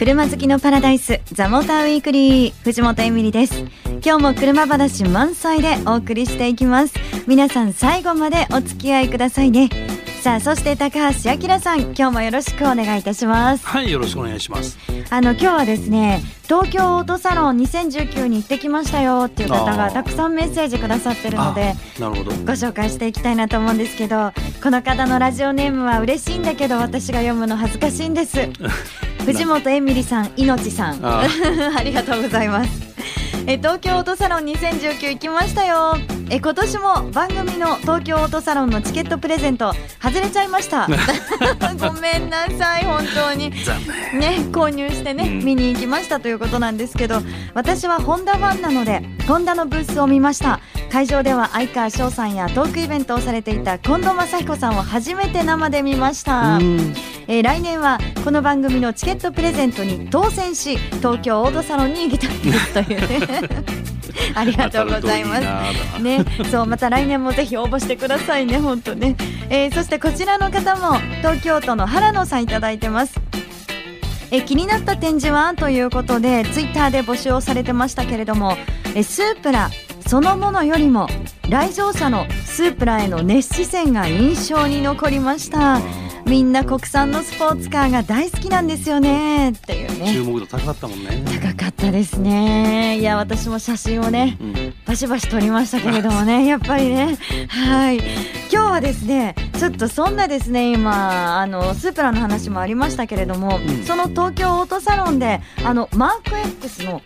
車好きのパラダイスザモーターウィークリー、藤本エミリです。今日も車話満載でお送りしていきます。皆さん最後までお付き合いくださいね。さあ、そして高橋明さん、今日もよろしくお願いいたします。 はい、よろしくお願いします。 今日はですね、東京オートサロン2019に行ってきましたよっていう方がたくさんメッセージくださってるので、 なるほど、 ご紹介していきたいなと思うんですけど、この方のラジオネームは嬉しいんだけど私が読むの恥ずかしいんです藤本エミリさん、いのちさんありがとうございます。東京オートサロン2019行きましたよ。今年も番組の東京オートサロンのチケットプレゼント外れちゃいましたごめんなさい、本当にね、購入してね、見に行きましたということなんですけど、私はホンダファンなのでホンダのブースを見ました。会場では相川翔さんやトークイベントをされていた近藤正彦さんを初めて生で見ました。来年はこの番組のチケットプレゼントに当選し東京オートサロンに行きたいですというねありがとうございますね。そう、また来年もぜひ応募してくださいね、本当ね。そしてこちらの方も東京都の原野さんいただいてます。気になった展示はということでツイッターで募集をされてましたけれども、スープラそのものよりも来場者のスープラへの熱視線が印象に残りました。みんな国産のスポーツカーが大好きなんですよねっていうね。 注目度高かったもんね。 高かったですね。いや、私も写真をね、バシバシ撮りましたけれどもねやっぱりね。はい、今日はですね、ちょっとそんなですね、今スープラの話もありましたけれども、その東京オートサロンでマーク X の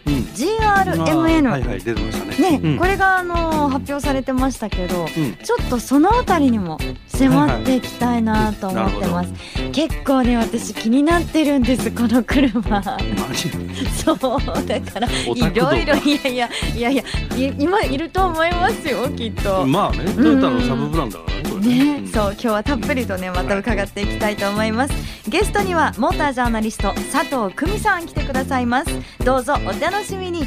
GRMN、 はいはい、出てましたね。 これが発表されてましたけど、ちょっとそのあたりにも迫っていきたいなと思ってます。結構ね、私気になってるんです、この車。マジそうだからいろいろ、いや今いると思いますよ、きっと。 まあね、トヨタのサブブランドだからね、これね。 そう、今日はたっぷりとねまた伺っていきたいと思います。ゲストにはモータージャーナリスト佐藤久美さん来てくださいます。どうぞお楽しみに。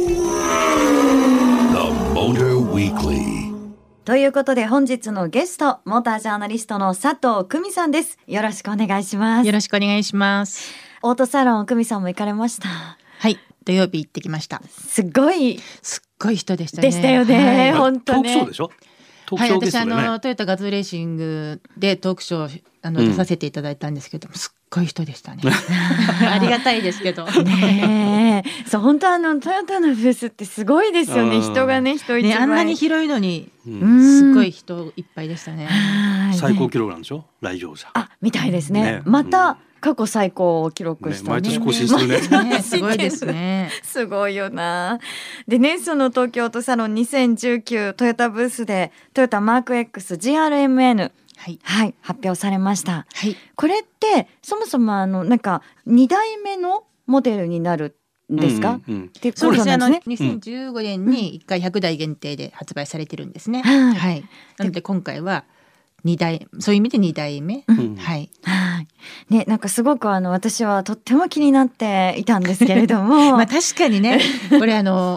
ということで本日のゲスト、モータージャーナリストの佐藤久美さんです。よろしくお願いします。 よろしくお願いします。 オートサロン、久美さんも行かれました？ はい、土曜日行ってきました。 すごい人でしたね。 でしたよね、 はい、 本当ね。 トークショーでしょ。 はい、私トヨタガズレーシングでトークショー出させていただいたんですけど、すっごい人でしたねありがたいですけどね。そう、本当トヨタのブースってすごいですよね。人がね、人一倍、 ね、あんなに広いのに、すごい人いっぱいでしたね。 最高記録なんでしょ、来場者。 みたいですね。また過去最高を記録した、 毎年更新するねすごいですね。 すごいよな。でね、その東京オートサロン2019トヨタブースでトヨタマーク X GRMN、はい、発表されました。これってそもそもなんか2代目のモデルになるんですか？ そうですね。2015年に1回100台限定で発売されてるんですね。はい。なので今回はそういう意味で2代目。はい。 ね、なんかすごく私はとっても気になっていたんですけれどもまあ確かにね、これ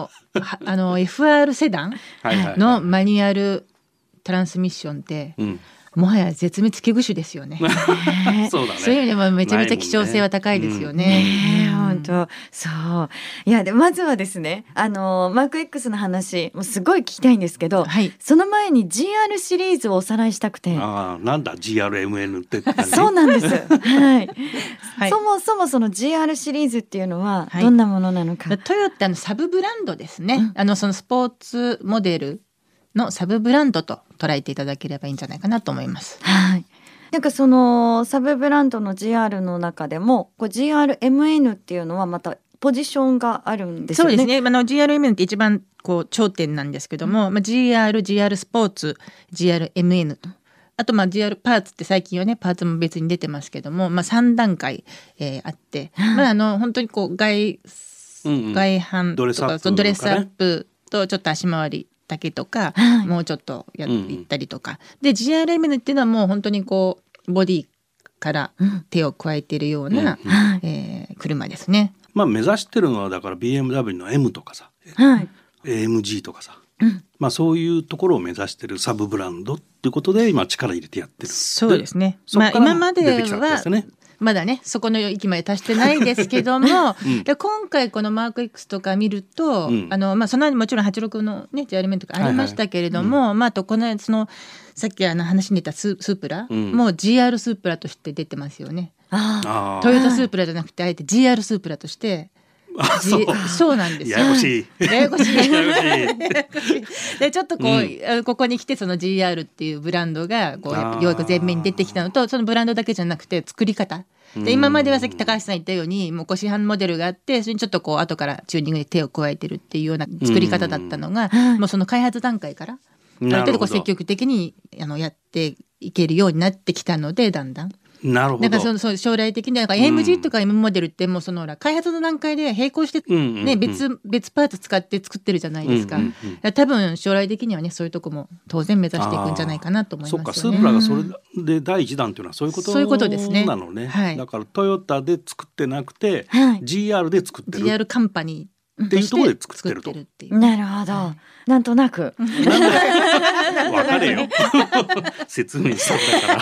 FR セダンのマニュアルトランスミッションって、もはや絶滅危惧種ですよねそうだね。 そういう意味でもめちゃめちゃ希少性は高いですよね。 本当そう。いや、でまずはですね、マーク X の話もすごい聞きたいんですけど、その前に GR シリーズをおさらいしたくて。 なんだ GRMN って感じそうなんですはい、そもそもその GR シリーズっていうのはどんなものなのか。 トヨタのサブブランドですね。そのスポーツモデルのサブブランドと捉えていただければいいんじゃないかなと思います。 なんかそのサブブランドの GR の中でもGRMN っていうのはまたポジションがあるんですよね。 そうですね。GRMN って一番頂点なんですけども、GR スポーツ GRMN と、あとGR パーツって最近はねパーツも別に出てますけども、3段階、あって、本当に外販とかドレスアップとちょっと足回りだけとか、もうちょっとやっていったりとか、で GRMN っていうのはもう本当にボディから手を加えているような、車ですね。 目指してるのはだから BMW の M とかさ、AMG とかさ、そういうところを目指してるサブブランドっていうことで今力入れてやってる。 そうですね。今まではまだねそこの域まで達してないですけども、で今回このマーク X とか見ると、そのもちろん86のねJRメンとかありましたけれども、あとこのそのさっき話に出たスープラ、もう GR スープラとして出てますよね。トヨタスープラじゃなくてあえて GR スープラとしてそうなんですよ。 ややこしい。 でちょっとこう、ここに来てその GR っていうブランドがこうようやく前面に出てきたのと、そのブランドだけじゃなくて作り方で、今まではさっき高橋さん言ったようにもう市販モデルがあって、それにちょっとこう後からチューニングで手を加えてるっていうような作り方だったのが、もうその開発段階からある程度こう積極的にやっていけるようになってきたので、だんだん。 なるほど。 だからその将来的にAMG とか M モデルってもうその開発の段階で並行して、ね別パーツ使って作ってるじゃないですか。多分将来的にはねそういうとこも当然目指していくんじゃないかなと思いますよね。 そうか、スープラがそれで第一弾というのはそういうことですね。 なのね。 はい、 だからトヨタで作ってなくて、GR で作ってる。 GR カンパニーっていうところで作ってると。 なるほど。なんとなく。 わかれよ。説明したんだから。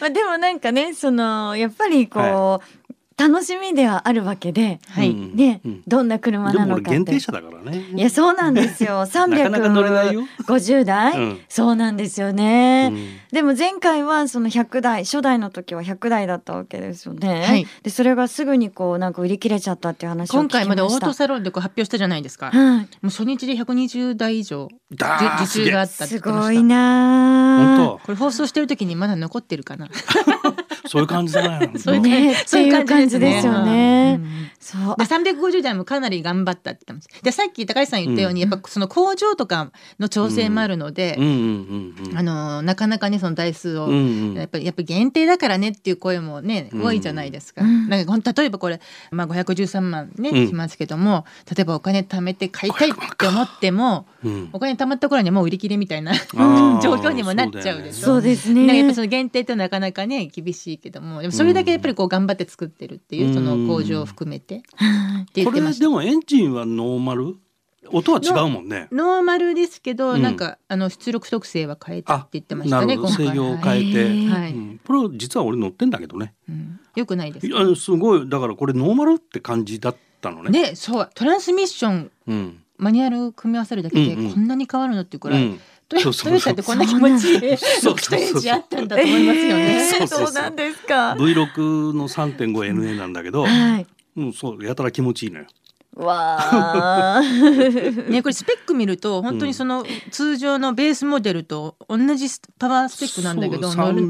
でもなんかね、やっぱりこう。楽しみではあるわけで、ね、どんな車なのかって。 でも俺限定車だからね。 いやそうなんですよ。350台、そうなんですよね。でも前回はその100台、初代の時は100台だったわけですよね。でそれがすぐにこうなんか売り切れちゃったっていう話を聞きました。 今回までオートサロンでこう発表したじゃないですか。もう初日で120台以上受注があったって言ってました。 すごいな。 本当。 これ放送してる時にまだ残ってるかな。 そういう感じだな。 そういう感じですよね。 そうで350台もかなり頑張ったって言ってます。でさっき高橋さん言ったように、やっぱその工場とかの調整もあるので、なかなかねその台数を、やっぱり限定だからねっていう声もね多いじゃないですか。なんか例えばこれ、513万ねしますけども、例えばお金貯めて買いたいって思っても、お金貯まった頃にはもう売り切れみたいな状況にもなっちゃうでしょ。 そうですね。 やっぱその限定ってなかなかね厳しいけども、でもそれだけやっぱりこう頑張って作ってるっていう、その工場を含めてこれでもエンジンはノーマル、音は違うもんね。 ノーマルですけど、なんか出力特性は変えたって言ってましたね。今回制御を変えて、これ実は俺乗ってんだけどね。 よくないですか。 すごい、だからこれノーマルって感じだったのね。 ね、そうトランスミッション、マニュアル組み合わせるだけでこんなに変わるのっていうくらい、トヨタってこんな気持ちいい6エンジンあったんだと思いますよね。 そうなんですか。 V6 の 3.5NA なんだけど、そうやたら気持ちいいのよ。 わね、これスペック見ると本当にその通常のベースモデルと同じパワースペックなんだけど、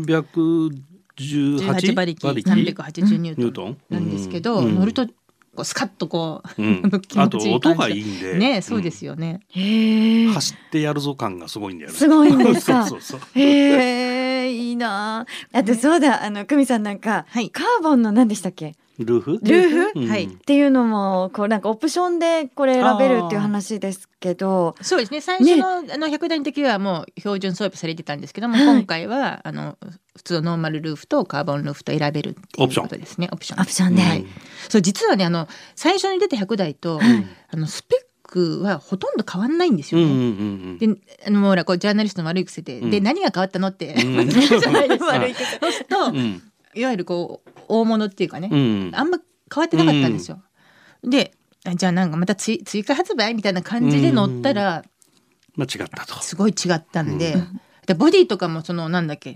318 馬力380ニュートンなんですけど、乗るとこうスカッとこう、気持ちいい感じ。 あと音がいいんでね、そうですよね。 走ってやるぞ感がすごいんだよね。 すごいんですか。 そういいな。あとそうだ、久美さんなんか、カーボンの何でしたっけ、 ルーフ、 っていうのもこうなんかオプションでこれ選べるっていう話ですけど。 そうですね、最初の100台の時はもう標準装備されてたんですけども、今回は普通のノーマルルーフとカーボンルーフと選べるっていうことですね。オプションで、そう実はね最初に出た100台と、スペックはほとんど変わんないんですよね。でほらこうジャーナリストの悪い癖で、で何が変わったのってじゃないですか。そうすると、いわゆるこう大物っていうかね、あんま変わってなかったんですよ。でじゃあなんかまた追加発売みたいな感じで乗ったら、 違ったと。 すごい違ったんで、でボディとかもそのなんだっけ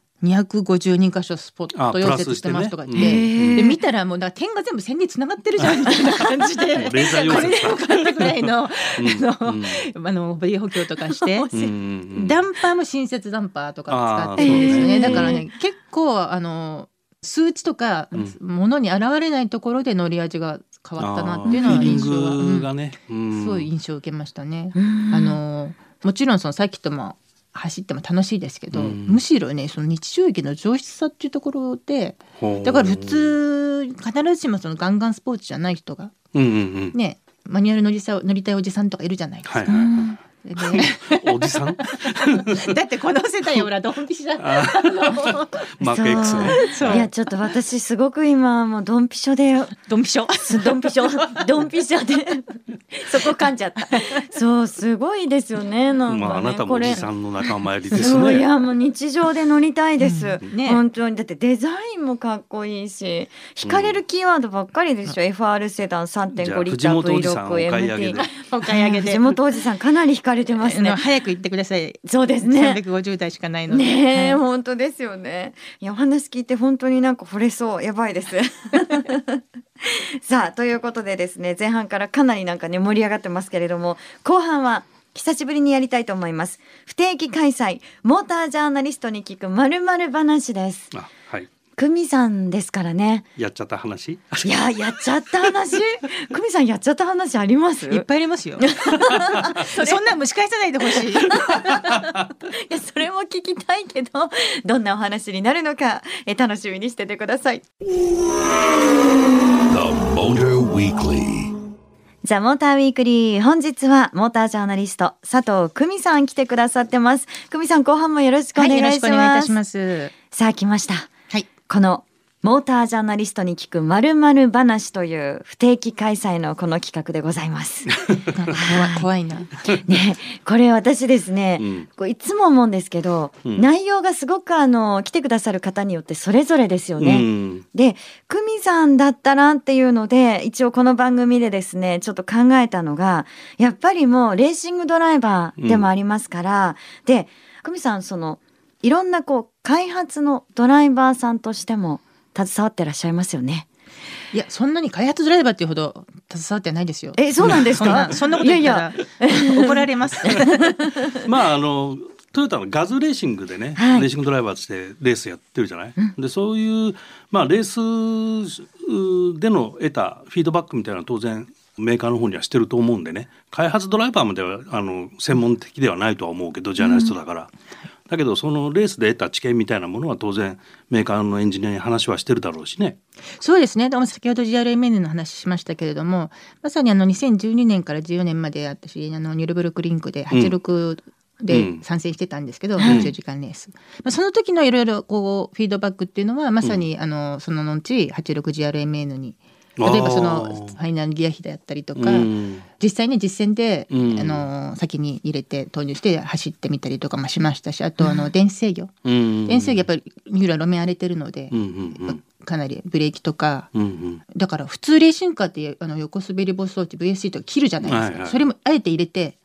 252箇所スポット溶接してますとか言って、で見たらもう点が全部線につながってるじゃんみたいな感じでレーザー溶接これでよかったぐらいのボディ補強とかして、ダンパーも新設ダンパーとか使ってるんですよね。だからね結構数値とかものに現れないところで乗り味が変わったなっていうのは印象が、すごい印象を受けましたね。もちろんそのさっきとも走っても楽しいですけど、むしろねその日常駅の上質さっていうところで、だから普通必ずしもそのガンガンスポーツじゃない人が、ねマニュアル乗りたいおじさんとかいるじゃないですか。 おじさんだってこの世代ほらドンピシャマーク X ね。 いやちょっと私すごく今もうドンピシャでドンピシャでそこ噛んじゃった。そうすごいですよね。なんかね、 あなたもおじさんの仲間入りですね。 いやもう日常で乗りたいです、本当に。だってデザイインもかっこいいし、惹かれるキーワードばっかりでしょ、FR セダン 3.5 リッター V6MT。 お買い上げで藤本おじさんかなり惹かれてますね。 早く言ってください。 そうですね、 350台しかないのでね、本当ですよね。いや、お話聞いて本当になんか惚れそう。やばいですさあ、ということでですね、前半からかなりなんかね盛り上がってますけれども、後半は久しぶりにやりたいと思います。不定期開催、モータージャーナリストに聞く〇〇話です。 はい、 久美さんですからね。 やっちゃった話。 いや、やっちゃった話久美さんやっちゃった話あります？ いっぱいありますよそんな蒸し返さないでほしいいや、それも聞きたいけど、どんなお話になるのか楽しみにしててください。ザ・モーターウィークリー、本日はモータージャーナリスト佐藤久美さん来てくださってます。久美さん、後半もよろしくお願いします。 よろしくお願いいたします。 さあ、来ました、 はい、 このモータージャーナリストに聞く〇〇話という不定期開催のこの企画でございます怖いな、 ね、これ私ですね、こういつも思うんですけど、内容がすごく来てくださる方によってそれぞれですよね。で、久美さんだったらっていうので、一応この番組でですねちょっと考えたのが、やっぱりもうレーシングドライバーでもありますから、で、久美さんいろんな開発のドライバーさんとしても携わってらっしゃいますよね。 いや、そんなに開発ドライバーっていうほど携わってないですよ。 そうなんですか？ そんなこと言ったら怒られますまあトヨタのガズレーシングでね、レーシングドライバーとしてレースやってるじゃない、でそういう、レースでの得たフィードバックみたいなのは当然メーカーの方にはしてると思うんでね、開発ドライバーまでは専門的ではないとは思うけど、ジャーナリストだから、だけどそのレースで得た知見みたいなものは当然メーカーのエンジニアに話はしてるだろうしね。 そうですね。先ほど GRMN の話しましたけれども、まさに2012年から14年まで私ニュルブルクリンクで86で参戦してたんですけど、40時間レース、その時のいろいろフィードバックっていうのはまさに、その後 86GRMN に例えばファイナルギア比であったりとか、実際に実践で、先に入れて投入して走ってみたりとかもしましたし、あと電子制御、電子制御やっぱり三浦路面荒れてるので、かなりブレーキとか、だから普通レーシングカーって横滑り防止装置 VSC とか切るじゃないですか、それもあえて入れて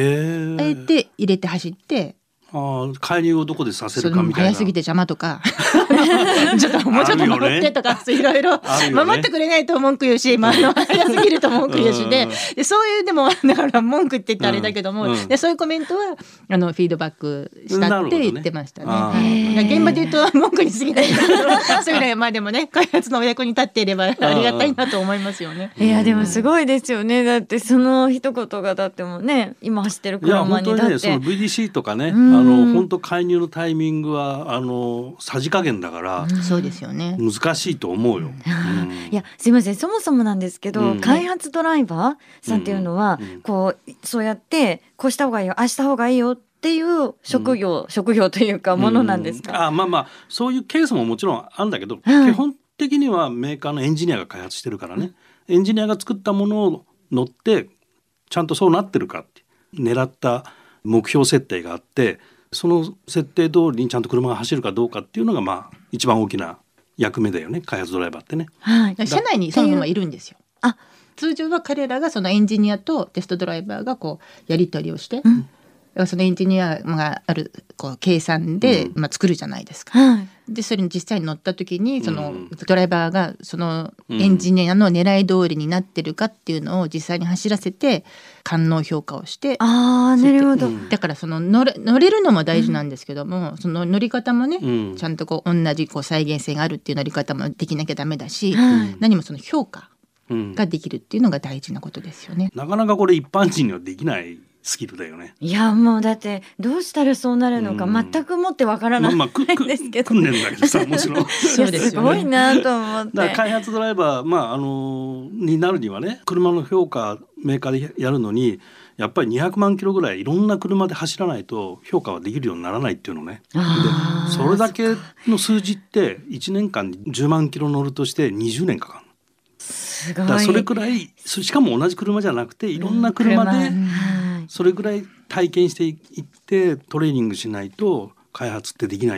走って、 介入をどこでさせるかみたいな。 早すぎて邪魔とかちょっともうちょっと守ってとか、いろいろ守ってくれないと文句言うし、早すぎると文句言うしで、そういうでもだから文句って言ったらあれだけども、でそういうコメントはフィードバックしたって言ってましたね。現場で言うと文句に過ぎないんだけどそれぐらいでもね、開発のお役に立っていればありがたいなと思いますよね。 いや、でもすごいですよね。だってその一言がだってもね、今走ってる車にだって、 いや本当にね、その VDC とかね、本当介入のタイミングはさじ加減だから、 そうですよね、 難しいと思うよ。 いや、すいません、そもそもなんですけど、開発ドライバーさんっていうのは、そうやってこうした方がいいよ、ああした方がいいよっていう職業というかものなんですか？ そういうケースももちろんあるんだけど、基本的にはメーカーのエンジニアが開発してるからね、エンジニアが作ったものを乗ってちゃんとそうなってるかって狙った目標設定があって、その設定通りにちゃんと車が走るかどうかっていうのが一番大きな役目だよね、開発ドライバーってね。 社内にそのままいるんですよ。通常は彼らがそのエンジニアとテストドライバーがやり取りをして、そのエンジニアがある計算で、作るじゃないですか。でそれに実際に乗った時にそのドライバーがそのエンジニアの狙い通りになってるかっていうのを実際に走らせて官能評価をして、 なるほど。 だからその乗れるのも大事なんですけども、その乗り方もね、ちゃんと同じ再現性があるっていう乗り方もできなきゃダメだし、何もその評価ができるっていうのが大事なことですよね。 なかなかこれ一般人にはできないスキルだよね。 いや、もうだってどうしたらそうなるのか全くもってわからないんですけど、 訓練だけどさ、もちろんそうですよね、 すごいなと思って。 だから開発ドライバー、になるにはね、車の評価メーカーでやるのにやっぱり200万キロぐらいいろんな車で走らないと評価はできるようにならないっていうのね。でそれだけの数字って1年間に10万キロ乗るとして20年かかる。 すごい。 だからそれくらい、しかも同じ車じゃなくていろんな車でそれぐらい体験していってトレーニングしないと開発ってできないよっ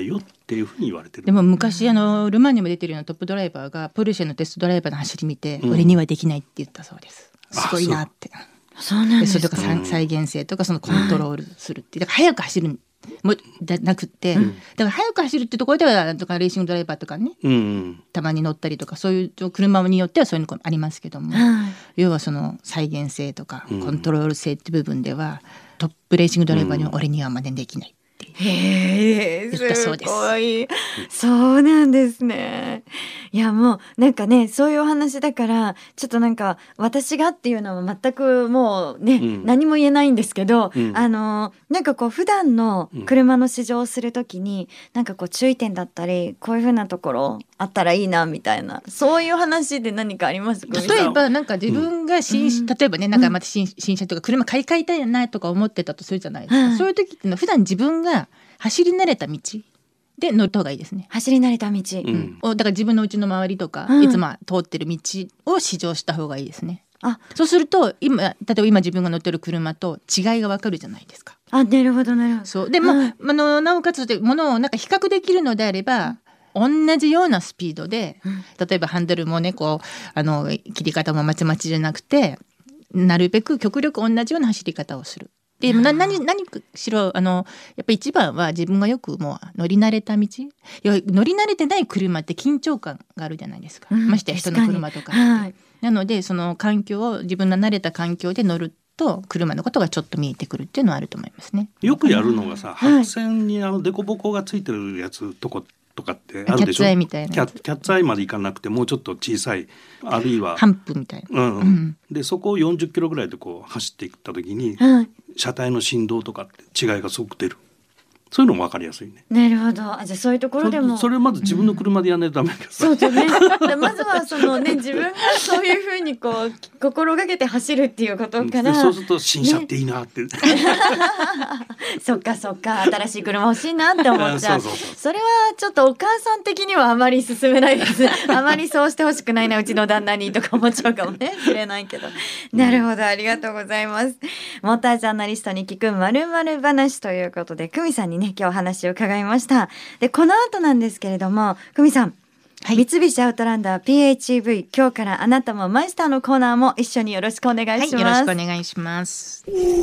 っていうふうに言われてる。 でも昔ルマンにも出てるようなトップドライバーがポルシェのテストドライバーの走り見て、俺にはできないって言ったそうです。すごいなって。 そうなんですか。 それとか再現性とかそのコントロールするってだから速く走るもじゃなくって、だから速く走るってところではとかレーシングドライバーとかね、たまに乗ったりとかそういう車によってはそういうのありますけども、要はその再現性とかコントロール性って部分では、トップレーシングドライバーには俺には真似できない。 へえ、すごい。そうなんですね。いやもうなんかね、そういうお話だからちょっとなんか私がっていうのは全くもうね、何も言えないんですけど、なんかこう普段の車の試乗をするときに、なんかこう注意点だったりこういう風なところあったらいいなみたいな、そういう話で何かありますか？ 例えばなんか自分が例えばね、なんかまた新車とか車買い替えたいなとか思ってたとするじゃないですか、そういう時っていうのは普段自分が走り慣れた道で乗った方がいいですね。 走り慣れた道、 だから自分の家の周りとか、いつも通ってる道を試乗した方がいいですね。そうすると例えば今自分が乗ってる車と違いが分かるじゃないですか。 なるほどなるほど。 そうでも、なおかつ物をなんか比較できるのであれば、同じようなスピードで、例えばハンドルもねこう切り方もまちまちじゃなくて、なるべく極力同じような走り方をする。で何しろやっぱ一番は自分がよくもう乗り慣れた道、乗り慣れてない車って緊張感があるじゃないですか、ましてや人の車とか、なのでその環境を自分の慣れた環境で乗ると車のことがちょっと見えてくるっていうのはあると思いますね。 よくやるのがさ、白線に凸凹がついてるやつとかってあるでしょ。キャッツアイみたいな。キャッツアイまでいかなくてもうちょっと小さい、あるいはハンプみたいな、 でそこを40キロぐらいでこう走っていった時に、車体の振動とかって違いがすごく出る。そういうのも分かりやすいね。 なるほど。じゃあそういうところでもそれをまず自分の車でやらないとダメだけど、 そうですね。まずはそのね、自分がそういうふうにこう心がけて走るっていうことから、 そうすると新車っていいなって、 そっか新しい車欲しいなって思っちゃう。それはちょっとお母さん的にはあまり勧めないです。あまりそうしてほしくないな、うちの旦那にとか思っちゃうかもねしれないけど、なるほど、ありがとうございます。モータージャーナリストに聞く〇〇話ということで、久美さんにね今日お話を伺いました。でこの後なんですけれども、久美さん、三菱アウトランダー PHEV、 今日からあなたもマイスターのコーナーも一緒によろしくお願いします。 よろしくお願いします。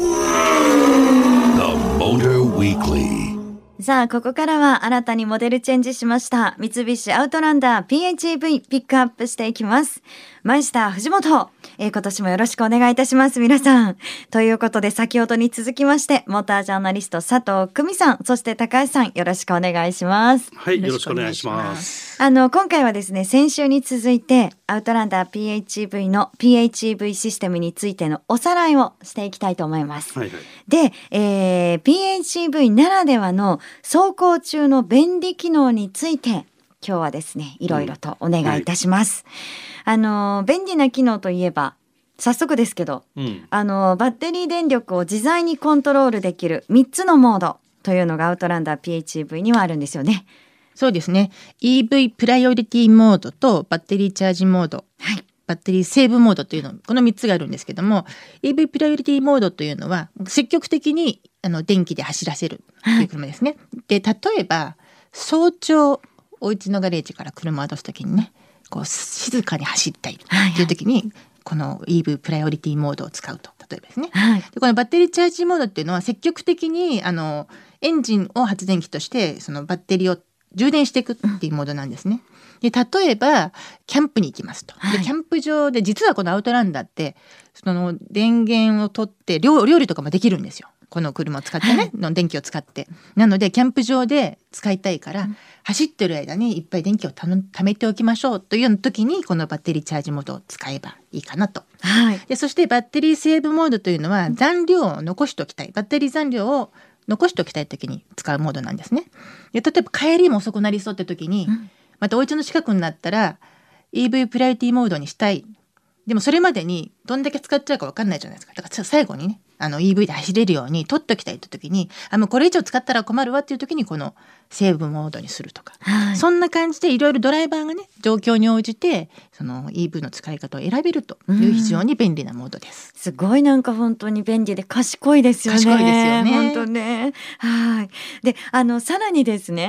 さあここからは新たにモデルチェンジしました三菱アウトランダー PHEV ピックアップしていきます。マイスター藤本、今年もよろしくお願いいたします皆さん。ということで先ほどに続きましてモータージャーナリスト佐藤久美さん、そして高橋さん、よろしくお願いします。 はい、よろしくお願いします。 今回はですね、先週に続いてアウトランダー PHEV の PHEV システムについてのおさらいをしていきたいと思います。で、PHEV ならではの走行中の便利機能について今日はですねいろいろとお願いいたします。便利な機能といえば早速ですけど、バッテリー電力を自在にコントロールできる3つのモードというのがアウトランダー PHEV にはあるんですよね。 そうですね。 EV プライオリティモードとバッテリーチャージモード、バッテリーセーブモードというの、この3つがあるんですけども、 EV プライオリティモードというのは積極的に電気で走らせるという車ですね。で例えば早朝お家のガレージから車を出すときにね、こう静かに走りたいというときに、この EV プライオリティモードを使うと、例えばですね、でこのバッテリーチャージモードっていうのは積極的にエンジンを発電機としてそのバッテリーを充電していくっていうモードなんですね。で例えばキャンプに行きますと、でキャンプ場で実はこのアウトランダーってその電源を取って料理とかもできるんですよ、この車を使ってね、の電気を使って。なのでキャンプ場で使いたいから、走ってる間にいっぱい電気を貯めておきましょうというような時にこのバッテリーチャージモードを使えばいいかなと。でそしてバッテリーセーブモードというのは残量を残しておきたい、バッテリー残量を残しておきたい時に使うモードなんですね。で例えば帰りも遅くなりそうって時に、またお家の近くになったら EV プライオリティモードにしたい。でもそれまでにどんだけ使っちゃうか分かんないじゃないですか。だから最後にねEV で走れるように取っておきたいって時に、もうこれ以上使ったら困るわっていう時にこのセーブモードにするとか、そんな感じでいろいろドライバーがね状況に応じてその EV の使い方を選べるという非常に便利なモードです。 すごいなんか本当に便利で賢いですよね。 賢いですよね。 本当ね。でさらにですね、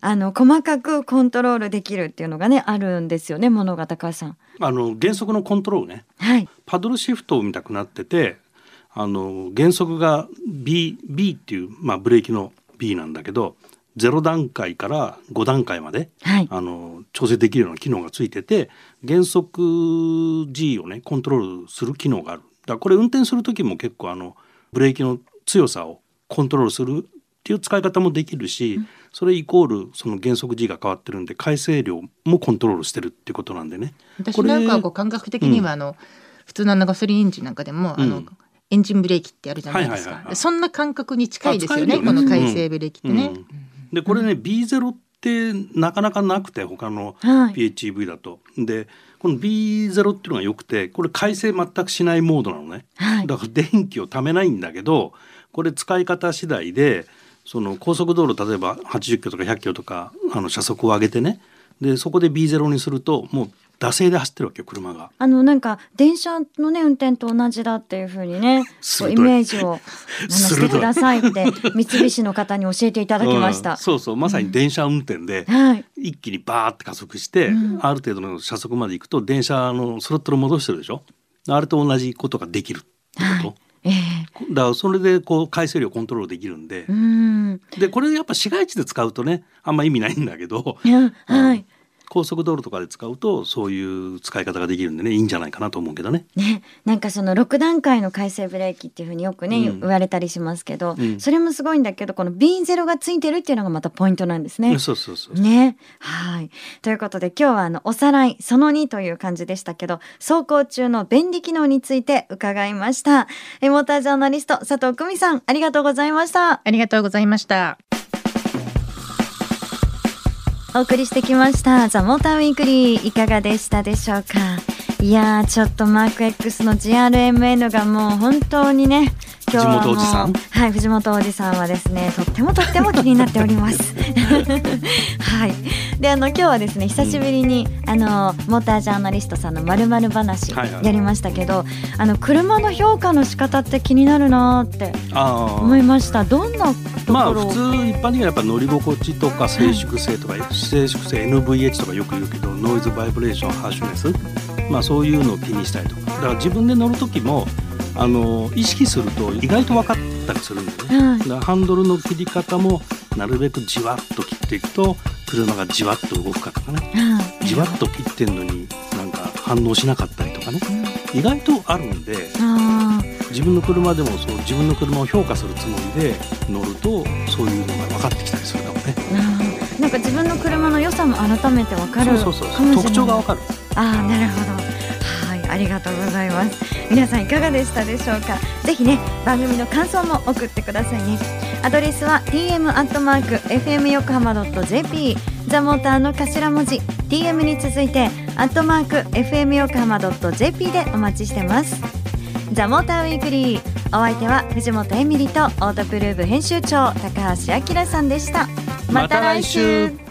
細かくコントロールできるっていうのがねあるんですよね、ものが高橋さん。 減速のコントロールね、 はい、 パドルシフトを見たくなってて、減速が B っていう、ブレーキの B なんだけど、0段階から5段階まで、 はい、 調整できるような機能がついてて、減速 G をねコントロールする機能がある。だからこれ運転する時も結構ブレーキの強さをコントロールするっていう使い方もできるし、それイコールその減速 G が変わってるんで回生量もコントロールしてるっていうことなんでね。 私なんか感覚的には普通のガソリンエンジンなんかでもエンジンブレーキってあるじゃないですか、そんな感覚に近いですよね、この回生ブレーキってね、 でこれね、B0 ってなかなかなくて他の PHEV だと、でこの B0 っていうのが良くて、これ回生全くしないモードなのね、だから電気をためないんだけど、これ使い方次第でその高速道路例えば80キロとか100キロとか車速を上げてね、でそこで B0 にするともう惰性で走ってるわけよ、車が。 なんか電車のね運転と同じだっていう風にねイメージをしてくださいって三菱の方に教えていただきました、 そうそう、まさに電車運転で、一気にバーって加速して、ある程度の車速まで行くと電車のスロットル戻してるでしょ。あれと同じことができるってこと、だからそれで回生量コントロールできるんで、でこれやっぱ市街地で使うとねあんま意味ないんだけど、高速道路とかで使うとそういう使い方ができるんでね、いいんじゃないかなと思うけどね。 なんかその6段階の回生ブレーキっていうふうによくね、言われたりしますけど、それもすごいんだけど、この B0 がついてるっていうのがまたポイントなんですね。 そうそうそうね。はい。ということで今日はおさらいその2という感じでしたけど、走行中の便利機能について伺いました。モータージャーナリスト佐藤久美さん、ありがとうございました。 ありがとうございました。 お送りしてきましたザ・モーターウィークリー、いかがでしたでしょうか。いやー、ちょっとマーク X の GRMN がもう本当にね、今日はもう藤本おじさん、 はい、藤本おじさんはですね、とっても気になっておりますはい。で今日はですね、久しぶりに、モータージャーナリストさんの〇〇話やりましたけど、車の評価の仕方って気になるなって思いました。どんなところ、 普通一般的にはやっぱ乗り心地とか静粛性とか、静粛性 NVH とかよく言うけど、ノイズバイブレーションハッシュネス、そういうのを気にしたりとか、だから自分で乗る時も意識すると意外と分かったりするんだよね、だからハンドルの切り方もなるべくじわっと切っていくと車がじわっと動くかとかね、じわっと切ってんのになんか反応しなかったりとかね、意外とあるんで、自分の車でもそう自分の車を評価するつもりで乗るとそういうのが分かってきたりするかもね。 なんか自分の車の良さも改めて分かるかもしれない。 特徴が分かる。 なるほど。はい、ありがとうございます。皆さんいかがでしたでしょうか。ぜひね、番組の感想も送ってくださいね。アドレスは tm@fmyokohama.jp、 ザモーターの頭文字 tm に続いて@fmyokohama.jp でお待ちしてます。ザモーターウィークリー、お相手は藤本エミリとオートプルーブ編集長高橋明さんでした。また来週。